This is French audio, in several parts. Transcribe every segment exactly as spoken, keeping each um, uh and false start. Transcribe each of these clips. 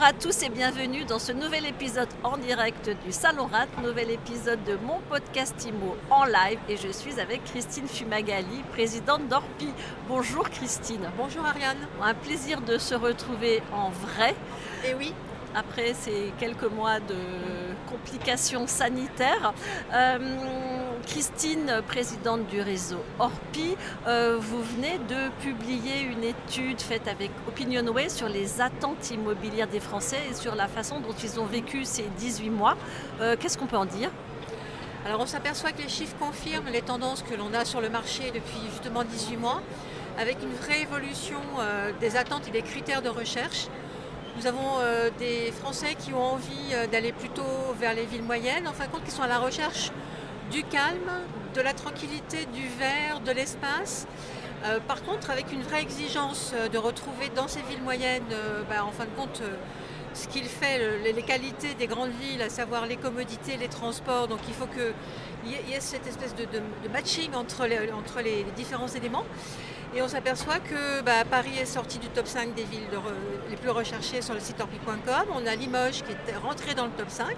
Bonjour à tous et bienvenue dans ce nouvel épisode en direct du Salon Rat, nouvel épisode de mon podcast Imo en live et je suis avec Christine Fumagalli, présidente d'Orpi. Bonjour Christine. Bonjour Ariane. Un plaisir de se retrouver en vrai. Et oui. Après ces quelques mois de complications sanitaires. Euh, Christine, présidente du réseau Orpi, euh, vous venez de publier une étude faite avec Opinionway sur les attentes immobilières des Français et sur la façon dont ils ont vécu ces dix-huit mois. Euh, qu'est-ce qu'on peut en dire ? Alors on s'aperçoit que les chiffres confirment les tendances que l'on a sur le marché depuis justement dix-huit mois, avec une vraie évolution euh, des attentes et des critères de recherche. Nous avons euh, des Français qui ont envie euh, d'aller plutôt vers les villes moyennes, en fin de compte qui sont à la recherche du calme, de la tranquillité, du vert, de l'espace. Euh, par contre, avec une vraie exigence euh, de retrouver dans ces villes moyennes, euh, bah, en fin de compte, euh, ce qu'il fait, le, les qualités des grandes villes, à savoir les commodités, les transports. Donc il faut qu'il y, y ait cette espèce de, de, de matching entre les, entre les, les différents éléments. Et on s'aperçoit que bah, Paris est sorti du top cinq des villes de re, les plus recherchées sur le site orpi point com. On a Limoges qui est rentré dans le top cinq.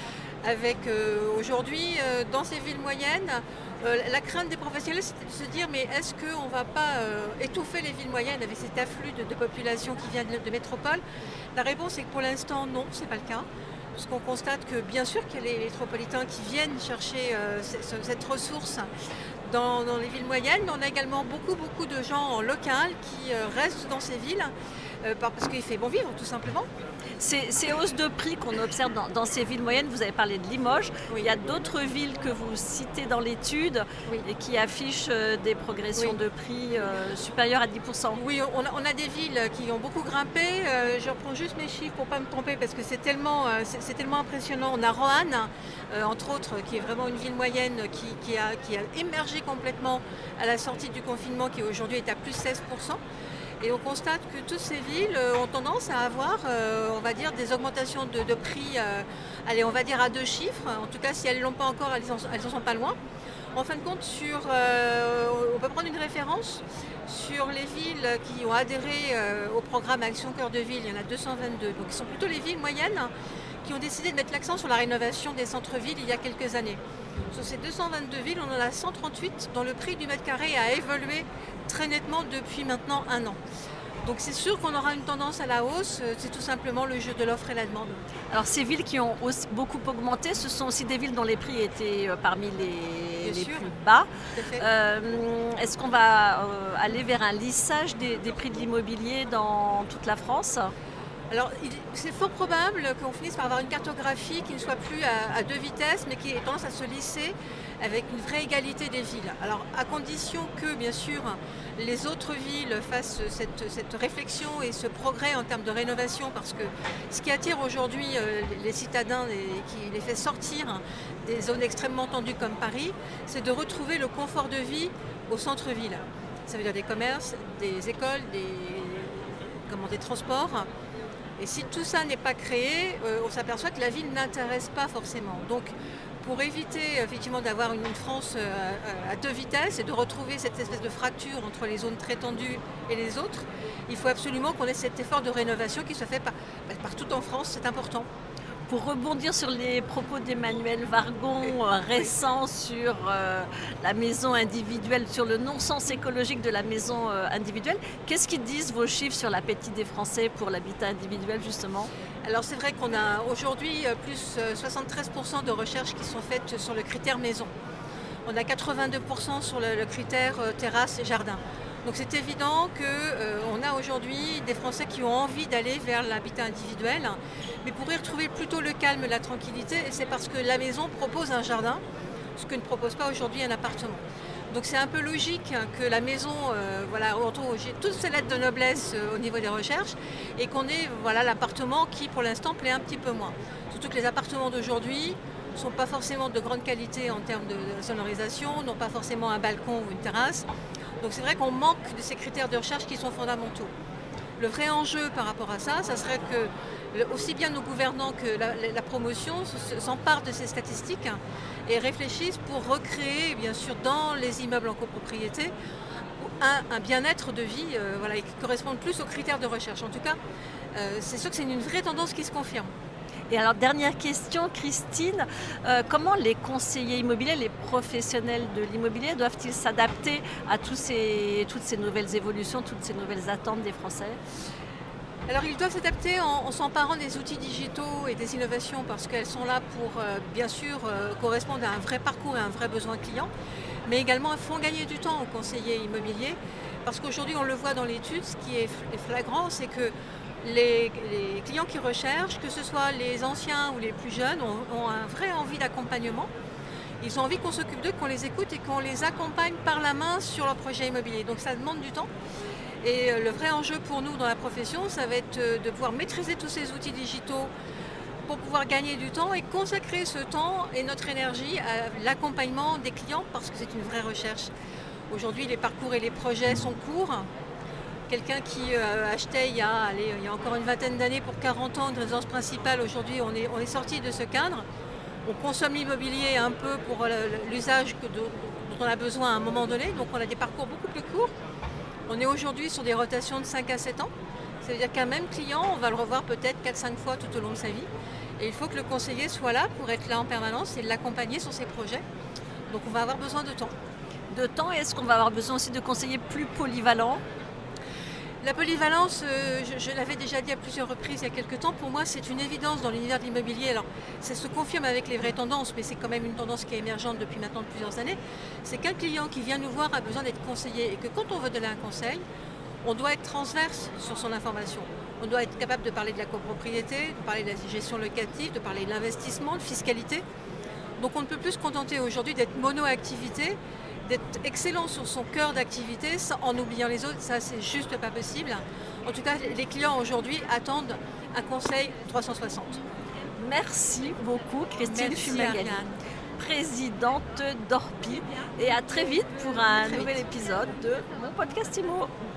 Avec euh, aujourd'hui, euh, dans ces villes moyennes, euh, la crainte des professionnels, c'est de se dire mais est-ce qu'on ne va pas euh, étouffer les villes moyennes avec cet afflux de, de population qui vient de, de métropole ? La réponse est que pour l'instant, non, ce n'est pas le cas. Parce qu'on constate que bien sûr qu'il y a les métropolitains qui viennent chercher euh, cette, cette ressource dans, dans les villes moyennes, mais on a également beaucoup, beaucoup de gens en local qui euh, restent dans ces villes euh, parce qu'il fait bon vivre, tout simplement. Ces, ces hausses de prix qu'on observe dans, dans ces villes moyennes, vous avez parlé de Limoges, oui. Il y a d'autres villes que vous citez dans l'étude oui. et qui affichent euh, des progressions oui. de prix euh, supérieures à dix pour cent. Oui, on a, on a des villes qui ont beaucoup grimpé. Euh, je reprends juste mes chiffres pour ne pas me tromper parce que c'est tellement, euh, c'est, c'est tellement impressionnant. On a Roanne, euh, entre autres, qui est vraiment une ville moyenne qui, qui, a, qui a émergé complètement à la sortie du confinement, qui aujourd'hui est à plus seize pour cent. Et on constate que toutes ces villes ont tendance à avoir, euh, on va dire, des augmentations de, de prix, euh, allez, on va dire à deux chiffres. En tout cas, si elles ne l'ont pas encore, elles en, elles en sont pas loin. En fin de compte, sur, euh, on peut prendre une référence sur les villes qui ont adhéré euh, au programme Action Cœur de Ville. Il y en a deux cent vingt-deux. Donc, ce sont plutôt les villes moyennes qui ont décidé de mettre l'accent sur la rénovation des centres-villes il y a quelques années. Sur ces deux cent vingt-deux villes, on en a cent trente-huit dont le prix du mètre carré a évolué très nettement depuis maintenant un an. Donc c'est sûr qu'on aura une tendance à la hausse, c'est tout simplement le jeu de l'offre et la demande. Alors ces villes qui ont aussi beaucoup augmenté, ce sont aussi des villes dont les prix étaient parmi les, les plus bas. Euh, est-ce qu'on va euh, aller vers un lissage des, des prix de l'immobilier dans toute la France ? Alors, c'est fort probable qu'on finisse par avoir une cartographie qui ne soit plus à, à deux vitesses, mais qui ait tendance à se lisser avec une vraie égalité des villes. Alors, à condition que, bien sûr, les autres villes fassent cette, cette réflexion et ce progrès en termes de rénovation, parce que ce qui attire aujourd'hui euh, les citadins et qui les fait sortir des zones extrêmement tendues comme Paris, c'est de retrouver le confort de vie au centre-ville. Ça veut dire des commerces, des écoles, des, comment, des transports. Et si tout ça n'est pas créé, euh, on s'aperçoit que la ville n'intéresse pas forcément. Donc, pour éviter effectivement d'avoir une France euh, à deux vitesses et de retrouver cette espèce de fracture entre les zones très tendues et les autres, il faut absolument qu'on ait cet effort de rénovation qui se fait par, partout en France, c'est important. Pour rebondir sur les propos d'Emmanuel Wargon euh, récents sur euh, la maison individuelle, sur le non-sens écologique de la maison euh, individuelle, qu'est-ce qu'ils disent vos chiffres sur l'appétit des Français pour l'habitat individuel justement ? Alors c'est vrai qu'on a aujourd'hui plus soixante-treize pour cent de recherches qui sont faites sur le critère maison. On a quatre-vingt-deux pour cent sur le, le critère euh, terrasse et jardin. Donc c'est évident qu'on euh, a aujourd'hui des Français qui ont envie d'aller vers l'habitat individuel, mais pour y retrouver plutôt le calme et la tranquillité, et c'est parce que la maison propose un jardin, ce que ne propose pas aujourd'hui un appartement. Donc c'est un peu logique que la maison, euh, voilà, on retrouve toutes ces lettres de noblesse euh, au niveau des recherches, et qu'on ait voilà, l'appartement qui pour l'instant plaît un petit peu moins. Surtout que les appartements d'aujourd'hui ne sont pas forcément de grande qualité en termes de sonorisation, n'ont pas forcément un balcon ou une terrasse. Donc c'est vrai qu'on manque de ces critères de recherche qui sont fondamentaux. Le vrai enjeu par rapport à ça, ça serait que aussi bien nos gouvernants que la, la promotion s'emparent de ces statistiques et réfléchissent pour recréer, bien sûr, dans les immeubles en copropriété, un, un bien-être de vie euh, voilà, et qui corresponde plus aux critères de recherche. En tout cas, euh, c'est sûr que c'est une vraie tendance qui se confirme. Et alors, dernière question, Christine, euh, comment les conseillers immobiliers, les professionnels de l'immobilier doivent-ils s'adapter à tous ces, toutes ces nouvelles évolutions, toutes ces nouvelles attentes des Français ? Alors ils doivent s'adapter en, en s'emparant des outils digitaux et des innovations parce qu'elles sont là pour, euh, bien sûr, euh, correspondre à un vrai parcours et à un vrai besoin client, mais également font gagner du temps aux conseillers immobiliers parce qu'aujourd'hui, on le voit dans l'étude, ce qui est flagrant, c'est que les, les clients qui recherchent, que ce soit les anciens ou les plus jeunes, ont, ont un vrai envie d'accompagnement. Ils ont envie qu'on s'occupe d'eux, qu'on les écoute et qu'on les accompagne par la main sur leur projet immobilier. Donc ça demande du temps. Et le vrai enjeu pour nous dans la profession, ça va être de pouvoir maîtriser tous ces outils digitaux pour pouvoir gagner du temps et consacrer ce temps et notre énergie à l'accompagnement des clients parce que c'est une vraie recherche. Aujourd'hui, les parcours et les projets sont courts. Quelqu'un qui euh, achetait il y, a, allez, il y a encore une vingtaine d'années pour quarante ans une résidence principale, aujourd'hui on est, on est sorti de ce cadre. On consomme l'immobilier un peu pour l'usage que de, dont on a besoin à un moment donné, donc on a des parcours beaucoup plus courts. On est aujourd'hui sur des rotations de cinq à sept ans. Ça veut dire qu'un même client, on va le revoir peut-être quatre à cinq fois tout au long de sa vie. Et il faut que le conseiller soit là pour être là en permanence et l'accompagner sur ses projets. Donc on va avoir besoin de temps. De temps, et est-ce qu'on va avoir besoin aussi de conseillers plus polyvalents ? La polyvalence, euh, je, je l'avais déjà dit à plusieurs reprises il y a quelques temps, pour moi c'est une évidence dans l'univers de l'immobilier. Alors ça se confirme avec les vraies tendances, mais c'est quand même une tendance qui est émergente depuis maintenant plusieurs années. C'est qu'un client qui vient nous voir a besoin d'être conseillé et que quand on veut donner un conseil, on doit être transverse sur son information. On doit être capable de parler de la copropriété, de parler de la gestion locative, de parler de l'investissement, de fiscalité. Donc on ne peut plus se contenter aujourd'hui d'être mono-activité, d'être excellent sur son cœur d'activité en oubliant les autres, ça c'est juste pas possible. En tout cas, les clients aujourd'hui attendent un conseil trois cent soixante. Merci beaucoup Christine Merci Fumagalli, Ariane, présidente d'Orpi, et à très vite pour un très nouvel vite. épisode de mon podcast Immo.